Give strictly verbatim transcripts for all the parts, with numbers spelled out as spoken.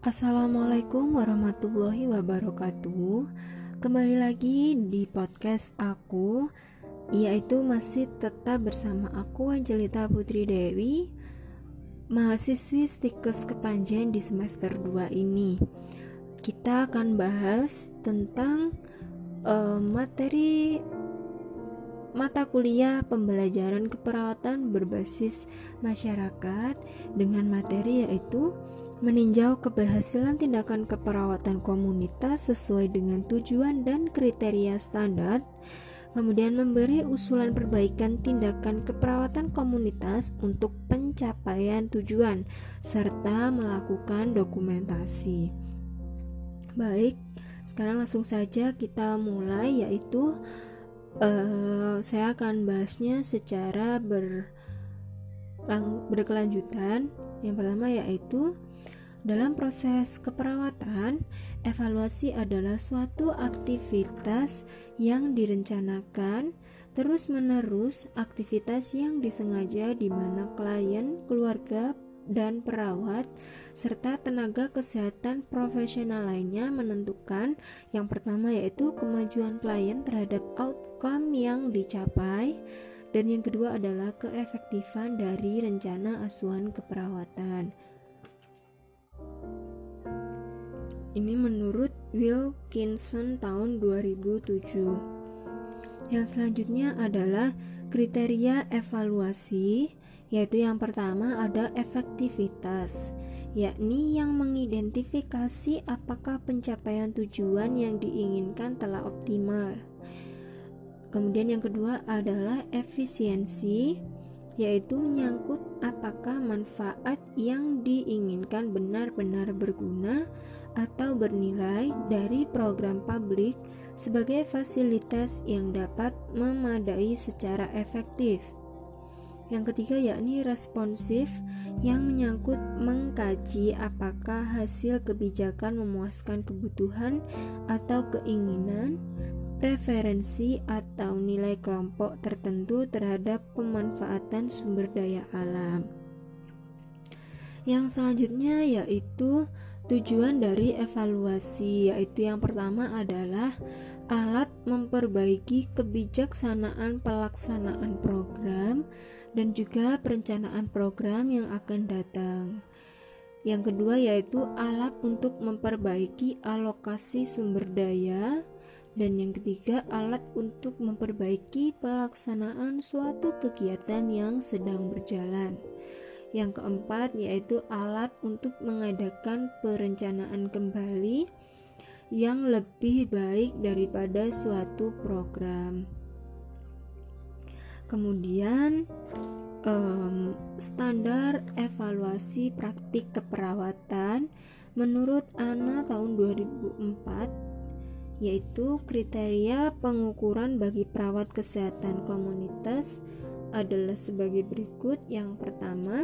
Assalamualaikum warahmatullahi wabarakatuh. Kembali lagi di podcast aku, yaitu masih tetap bersama aku Angelita Putri Dewi, mahasiswi Stikes Kepanjen di semester dua ini. Kita akan bahas tentang uh, materi mata kuliah pembelajaran keperawatan berbasis masyarakat dengan materi yaitu meninjau keberhasilan tindakan keperawatan komunitas sesuai dengan tujuan dan kriteria standar, kemudian memberi usulan perbaikan tindakan keperawatan komunitas untuk pencapaian tujuan, serta melakukan dokumentasi. Baik, sekarang langsung saja kita mulai, yaitu uh, saya akan bahasnya secara ber, lang, berkelanjutan. Yang pertama yaitu dalam proses keperawatan, evaluasi adalah suatu aktivitas yang direncanakan terus-menerus, aktivitas yang disengaja di mana klien, keluarga, dan perawat serta tenaga kesehatan profesional lainnya menentukan yang pertama yaitu kemajuan klien terhadap outcome yang dicapai, dan yang kedua adalah keefektifan dari rencana asuhan keperawatan. Ini menurut Wilkinson tahun dua ribu tujuh. Yang selanjutnya adalah kriteria evaluasi, yaitu yang pertama ada efektivitas, yakni yang mengidentifikasi apakah pencapaian tujuan yang diinginkan telah optimal. Kemudian yang kedua adalah efisiensi, yaitu menyangkut apakah manfaat yang diinginkan benar-benar berguna atau bernilai dari program publik sebagai fasilitas yang dapat memadai secara efektif. Yang ketiga yakni responsif, yang menyangkut mengkaji apakah hasil kebijakan memuaskan kebutuhan atau keinginan, preferensi atau nilai kelompok tertentu terhadap pemanfaatan sumber daya alam. Yang selanjutnya yaitu tujuan dari evaluasi, yaitu yang pertama adalah alat memperbaiki kebijaksanaan pelaksanaan program dan juga perencanaan program yang akan datang. Yang kedua yaitu alat untuk memperbaiki alokasi sumber daya, dan yang ketiga alat untuk memperbaiki pelaksanaan suatu kegiatan yang sedang berjalan. Yang keempat yaitu alat untuk mengadakan perencanaan kembali yang lebih baik daripada suatu program. Kemudian um, standar evaluasi praktik keperawatan menurut A N A tahun dua ribu empat, yaitu kriteria pengukuran bagi perawat kesehatan komunitas adalah sebagai berikut. Yang pertama,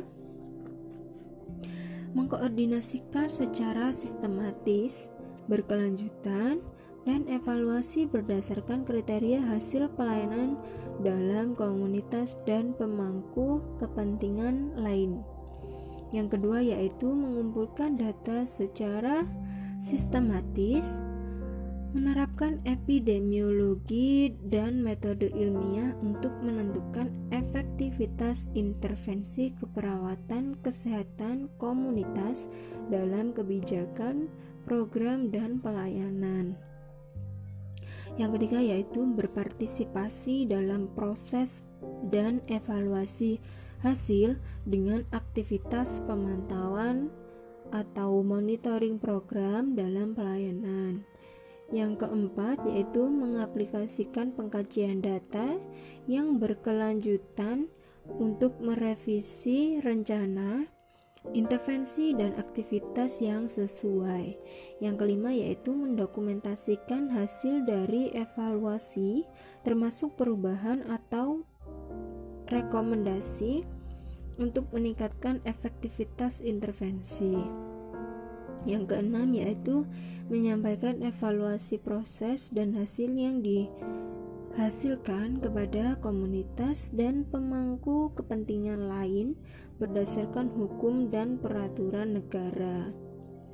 mengkoordinasikan secara sistematis, berkelanjutan, dan evaluasi berdasarkan kriteria hasil pelayanan dalam komunitas dan pemangku kepentingan lain. Yang kedua yaitu mengumpulkan data secara sistematis, menerapkan epidemiologi dan metode ilmiah untuk menentukan efektivitas intervensi keperawatan kesehatan komunitas dalam kebijakan, program, dan pelayanan. Yang ketiga yaitu berpartisipasi dalam proses dan evaluasi hasil dengan aktivitas pemantauan atau monitoring program dalam pelayanan. Yang keempat yaitu mengaplikasikan pengkajian data yang berkelanjutan untuk merevisi rencana, intervensi, dan aktivitas yang sesuai. Yang kelima yaitu mendokumentasikan hasil dari evaluasi termasuk perubahan atau rekomendasi untuk meningkatkan efektivitas intervensi. Yang keenam yaitu menyampaikan evaluasi proses dan hasil yang dihasilkan kepada komunitas dan pemangku kepentingan lain berdasarkan hukum dan peraturan negara.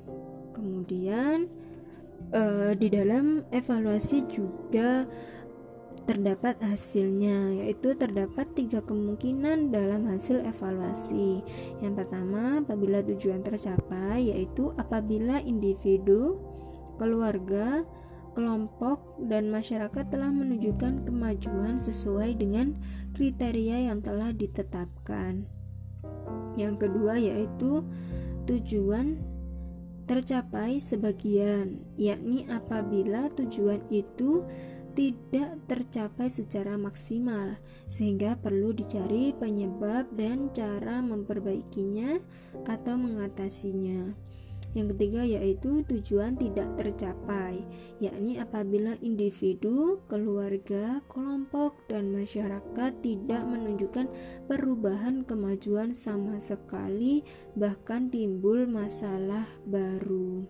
Kemudian eh, di dalam evaluasi juga terdapat hasilnya, yaitu terdapat tiga kemungkinan dalam hasil evaluasi. Yang pertama, apabila tujuan tercapai, yaitu apabila individu, keluarga, kelompok, dan masyarakat telah menunjukkan kemajuan sesuai dengan kriteria yang telah ditetapkan. Yang kedua yaitu tujuan tercapai sebagian, yakni apabila tujuan itu tidak tercapai secara maksimal, sehingga perlu dicari penyebab dan cara memperbaikinya atau mengatasinya. Yang ketiga yaitu tujuan tidak tercapai, yakni apabila individu, keluarga, kelompok, dan masyarakat tidak menunjukkan perubahan kemajuan sama sekali, bahkan timbul masalah baru.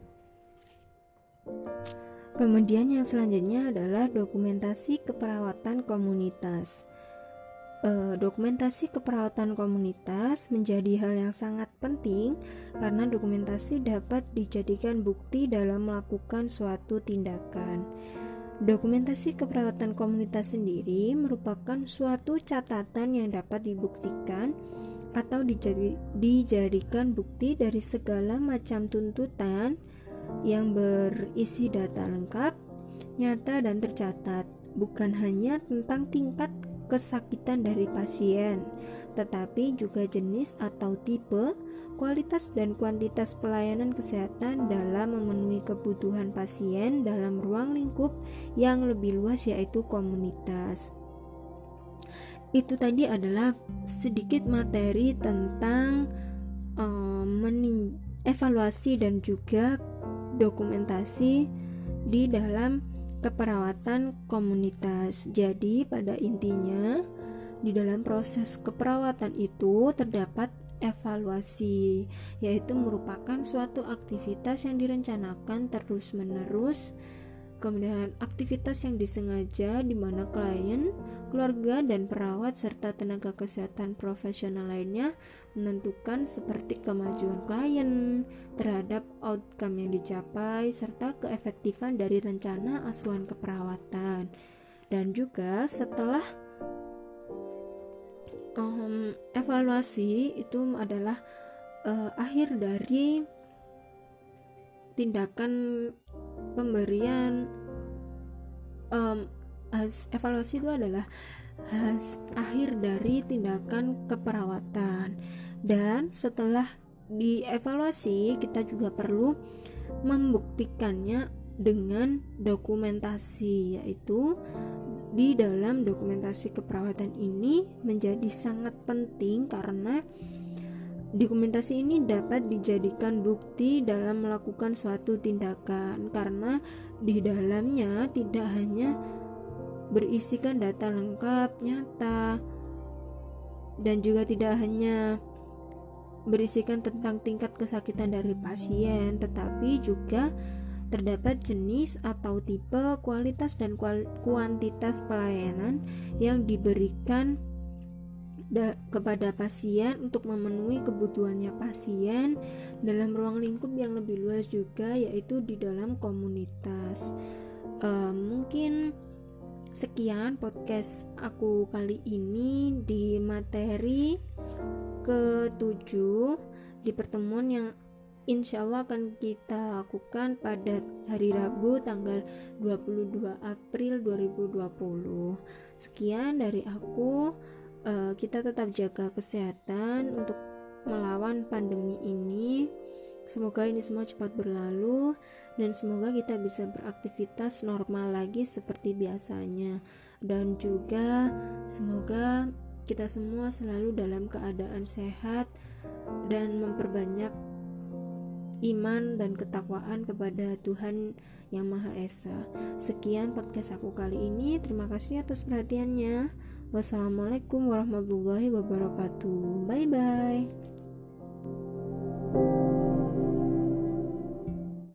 Kemudian yang selanjutnya adalah dokumentasi keperawatan komunitas. E, dokumentasi keperawatan komunitas menjadi hal yang sangat penting karena dokumentasi dapat dijadikan bukti dalam melakukan suatu tindakan. Dokumentasi keperawatan komunitas sendiri merupakan suatu catatan yang dapat dibuktikan atau dijadi, dijadikan bukti dari segala macam tuntutan yang berisi data lengkap, nyata, dan tercatat, bukan hanya tentang tingkat kesakitan dari pasien, tetapi juga jenis atau tipe, kualitas dan kuantitas pelayanan kesehatan dalam memenuhi kebutuhan pasien dalam ruang lingkup yang lebih luas, yaitu komunitas. Itu tadi adalah sedikit materi tentang um, menin- evaluasi dan juga dokumentasi di dalam keperawatan komunitas. Jadi pada intinya di dalam proses keperawatan itu terdapat evaluasi, yaitu merupakan suatu aktivitas yang direncanakan terus-menerus, kemudian aktivitas yang disengaja di mana klien, keluarga, dan perawat serta tenaga kesehatan profesional lainnya menentukan seperti kemajuan klien terhadap outcome yang dicapai serta keefektifan dari rencana asuhan keperawatan. Dan juga setelah um, evaluasi itu adalah uh, akhir dari tindakan pemberian um, as, evaluasi itu adalah has, akhir dari tindakan keperawatan. Dan setelah dievaluasi kita juga perlu membuktikannya dengan dokumentasi, yaitu di dalam dokumentasi keperawatan ini menjadi sangat penting karena dokumentasi ini dapat dijadikan bukti dalam melakukan suatu tindakan, karena di dalamnya tidak hanya berisikan data lengkap, nyata, dan juga tidak hanya berisikan tentang tingkat kesakitan dari pasien, tetapi juga terdapat jenis atau tipe, kualitas, dan kuantitas pelayanan yang diberikan Da, kepada pasien untuk memenuhi kebutuhannya pasien dalam ruang lingkup yang lebih luas juga, yaitu di dalam komunitas. Uh, mungkin sekian podcast aku kali ini di materi ketujuh di pertemuan yang insya Allah akan kita lakukan pada hari Rabu tanggal dua puluh dua April dua ribu dua puluh. Sekian dari aku. Uh, kita tetap jaga kesehatan untuk melawan pandemi ini. Semoga ini semua cepat berlalu dan semoga kita bisa beraktivitas normal lagi seperti biasanya, dan juga semoga kita semua selalu dalam keadaan sehat dan memperbanyak iman dan ketakwaan kepada Tuhan Yang Maha Esa. Sekian podcast aku kali ini. Terima kasih atas perhatiannya. Wassalamualaikum warahmatullahi wabarakatuh. Bye bye.